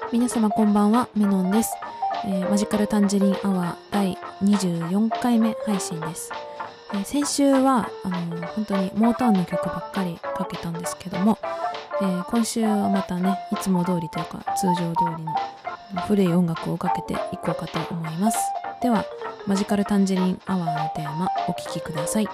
皆様こんばんは、メノンです。マジカルタンジリンアワー第24回目配信です。先週は本当にモータウンの曲ばっかりかけたんですけども、今週はまたね、いつも通りというか通常通りの古い音楽をかけていこうかと思います。ではマジカルタンジリンアワーのテーマお聴きください。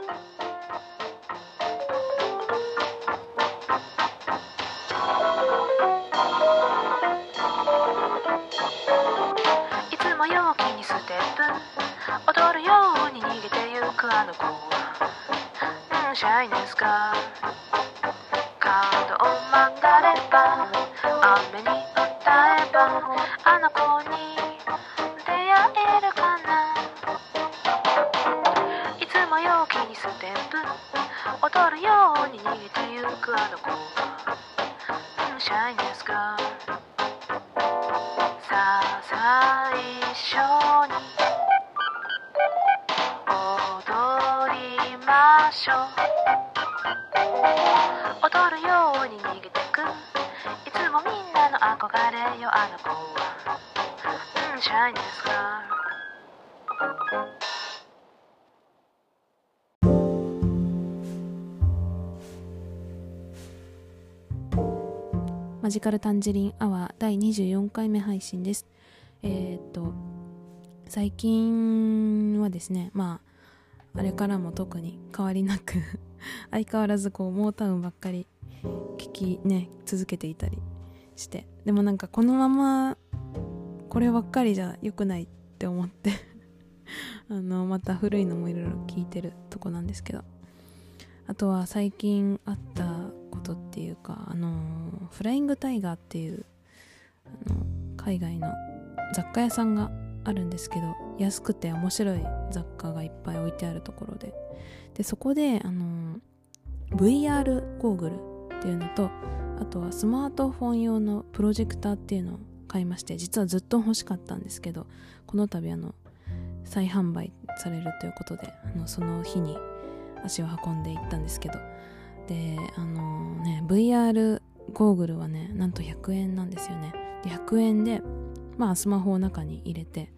踊るように逃げてゆくあの子は、シャイネスが角を曲がれば雨に歌えばあの子に出会えるかな。いつも陽気にステップ踊るように逃げてゆくあの子は、シャイネスがさあ最初に踊りましょう。踊るように逃げてくいつもみんなの憧れよあの子は、シャイネスガール。 マジカルタンジリンアワー第24回目配信です。最近はですね、あれからも特に変わりなく相変わらずモータウンばっかり聴きね続けていたりして、でもなんかこのままこればっかりじゃ良くないって思ってまた古いのもいろいろ聴いてるとこなんですけど、あとは最近あったことっていうかフライングタイガーっていう海外の雑貨屋さんがあるんですけど、安くて面白い雑貨がいっぱい置いてあるところでそこでVR ゴーグルっていうのと、あとはスマートフォン用のプロジェクターっていうのを買いまして、実はずっと欲しかったんですけど、この度再販売されるということでその日に足を運んでいったんですけど、でVR ゴーグルはねなんと100円なんですよね。で100円でスマホを中に入れて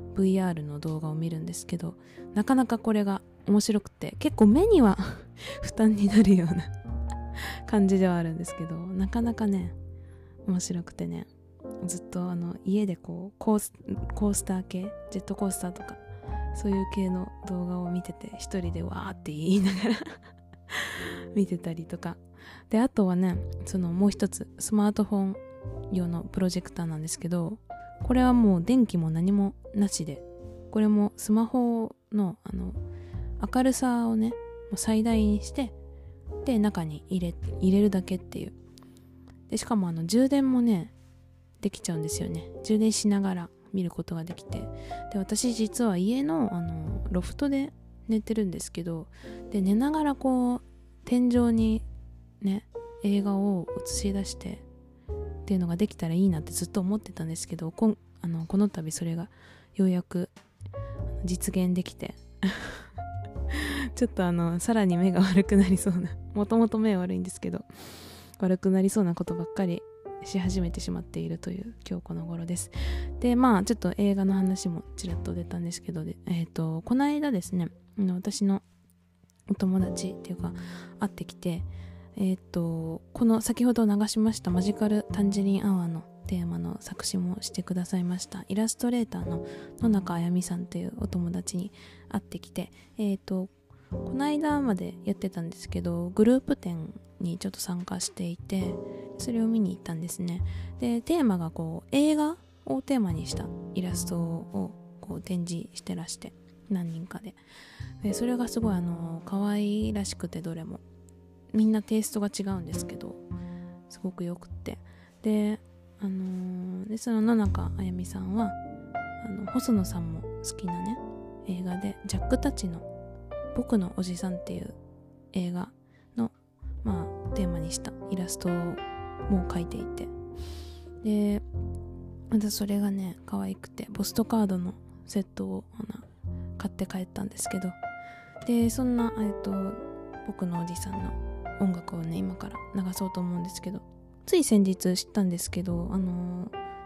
VR の動画を見るんですけど、なかなかこれが面白くて結構目には負担になるような感じではあるんですけど、なかなかね面白くてね、ずっと家でコースター系ジェットコースターとかそういう系の動画を見てて一人でわーって言いながら見てたりとかで、あとはねもう一つスマートフォン用のプロジェクターなんですけど、これはもう電気も何もなしで、これもスマホの明るさをね最大にしてで中に入れるだけっていう。でしかも充電もねできちゃうんですよね。充電しながら見ることができて、で私実は家のロフトで寝てるんですけど、で寝ながら天井にね映画を映し出してっていうのができたらいいなってずっと思ってたんですけど、この度それがようやく実現できてちょっとさらに目が悪くなりそうな、もともと目悪いんですけど悪くなりそうなことばっかりし始めてしまっているという今日この頃です。でちょっと映画の話もちらっと出たんですけど、この間ですね私のお友達っていうか会ってきて、この先ほど流しましたマジカルタンジリンアワーのテーマの作詞もしてくださいましたイラストレーターの野中あやみさんというお友達に会ってきて、この間までやってたんですけどグループ展にちょっと参加していて、それを見に行ったんですね。でテーマが映画をテーマにしたイラストを展示してらして、何人かでそれがすごい可愛らしくて、どれもみんなテイストが違うんですけどすごくよくって、でその野中あやみさんは細野さんも好きなね映画でジャックたちの僕のおじさんっていう映画のテーマにしたイラストも描いていて、でまたそれがね可愛くてポストカードのセットを買って帰ったんですけど、でそんな僕のおじさんの音楽をね今から流そうと思うんですけど、つい先日知ったんですけど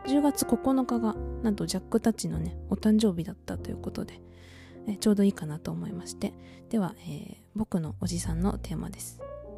10月9日がなんとジャックたちのねお誕生日だったということで、ちょうどいいかなと思いまして、では、僕のおじさんのテーマです。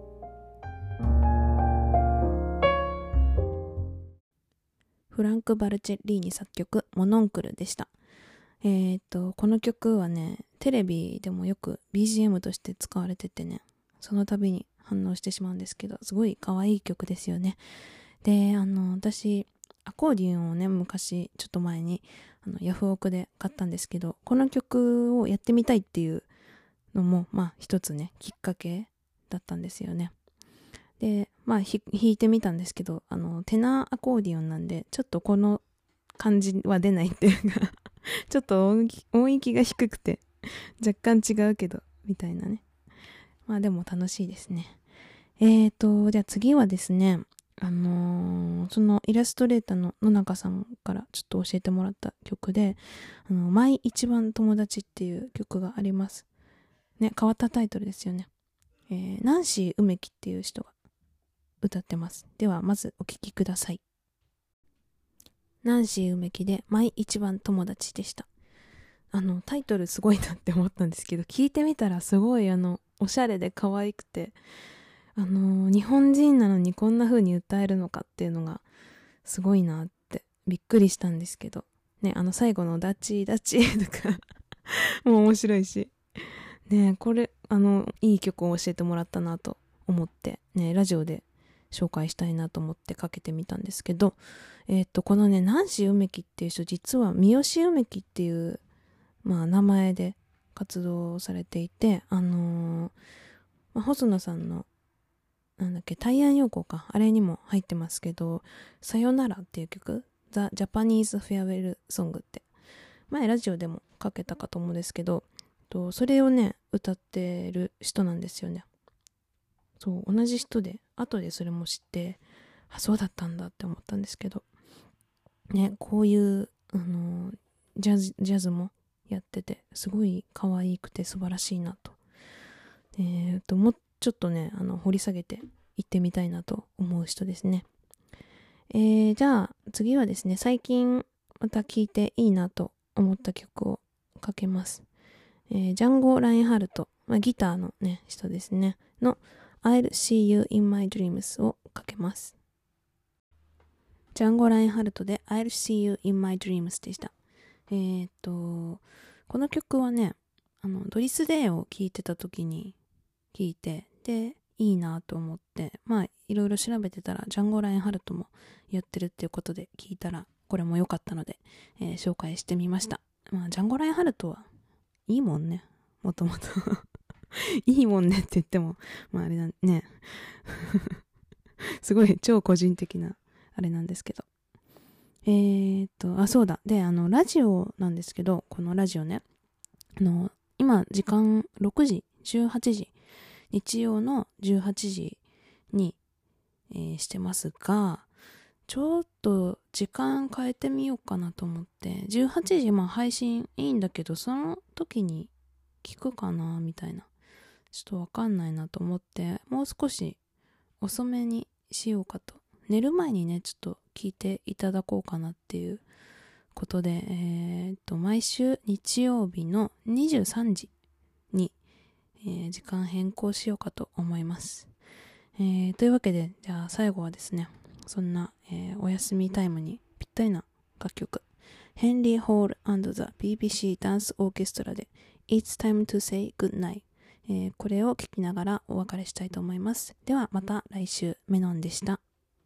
フランク・バルチェッリーニ作曲モノンクルでした。この曲はねテレビでもよく BGM として使われててね、その度に反応してしまうんですけど、すごい可愛い曲ですよね。で私アコーディオンをね昔ちょっと前にヤフオクで買ったんですけど、この曲をやってみたいっていうのも一つねきっかけだったんですよね。で弾いてみたんですけど、テナーアコーディオンなんでちょっとこの感じは出ないっていうかちょっと音域が低くて若干違うけどみたいなね。でも楽しいですね。じゃあ次はですね、そのイラストレーターの野中さんからちょっと教えてもらった曲で、マイ一番友達っていう曲がありますね。変わったタイトルですよね。ナンシー梅木っていう人が歌ってます。ではまずお聴きください。ナンシー梅木でマイ一番友達でした。タイトルすごいなって思ったんですけど、聞いてみたらすごいおしゃれで可愛くて、日本人なのにこんな風に歌えるのかっていうのがすごいなってびっくりしたんですけどね。最後のダチダチとかもう面白いしね、これいい曲を教えてもらったなと思ってね、ラジオで紹介したいなと思ってかけてみたんですけど、このねナンシー梅木っていう人、実は三好梅木っていう名前で活動されていて、細野さんの大安陽子か、あれにも入ってますけど、さよならっていう曲、The Japanese Farewell Song って前ラジオでもかけたかと思うんですけど、それをね歌ってる人なんですよね。そう、同じ人で、後でそれも知って、そうだったんだって思ったんですけどね、こういうジャズもやってて、すごい可愛くて素晴らしいなと。もうちょっとね掘り下げていってみたいなと思う人ですね。じゃあ次はですね、最近また聴いていいなと思った曲をかけます。ジャンゴ・ラインハルト、ギターのね人ですねの I'll See You in My Dreams をかけます。ジャンゴ・ラインハルトで I'll See You in My Dreams でした。この曲はねドリス・デイを聴いてた時に聴いて、でいいなと思って、いろいろ調べてたらジャンゴ・ラインハルトもやってるっていうことで聞いたらこれも良かったので、紹介してみました。ジャンゴ・ラインハルトはいいもんね、もともといいもんねって言ってもあれだねすごい超個人的なあれなんですけど、そうだ、でラジオなんですけど、このラジオね今時間6時18時、日曜の18時に、してますが、ちょっと時間変えてみようかなと思って、18時配信いいんだけど、その時に聞くかなみたいな、ちょっとわかんないなと思って、もう少し遅めにしようかと。寝る前にねちょっと聞いていただこうかなっていうことで、毎週日曜日の23時に、時間変更しようかと思います。というわけで、じゃあ最後はですね、そんな、お休みタイムにぴったりな楽曲、ヘンリー・ホール&ザ・ BBC ダンスオーケストラで It's time to say goodnight、これを聴きながらお別れしたいと思います。ではまた来週。メノンでした。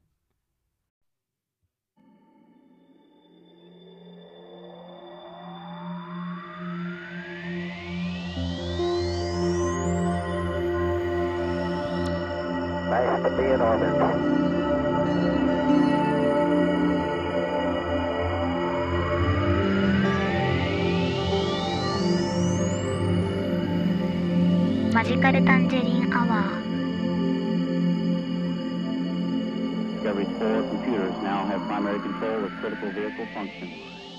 Nice to be in orbit. マジカルタンジェリンアワー。 Discovery's 4 computers now have primary control of critical vehicle functions.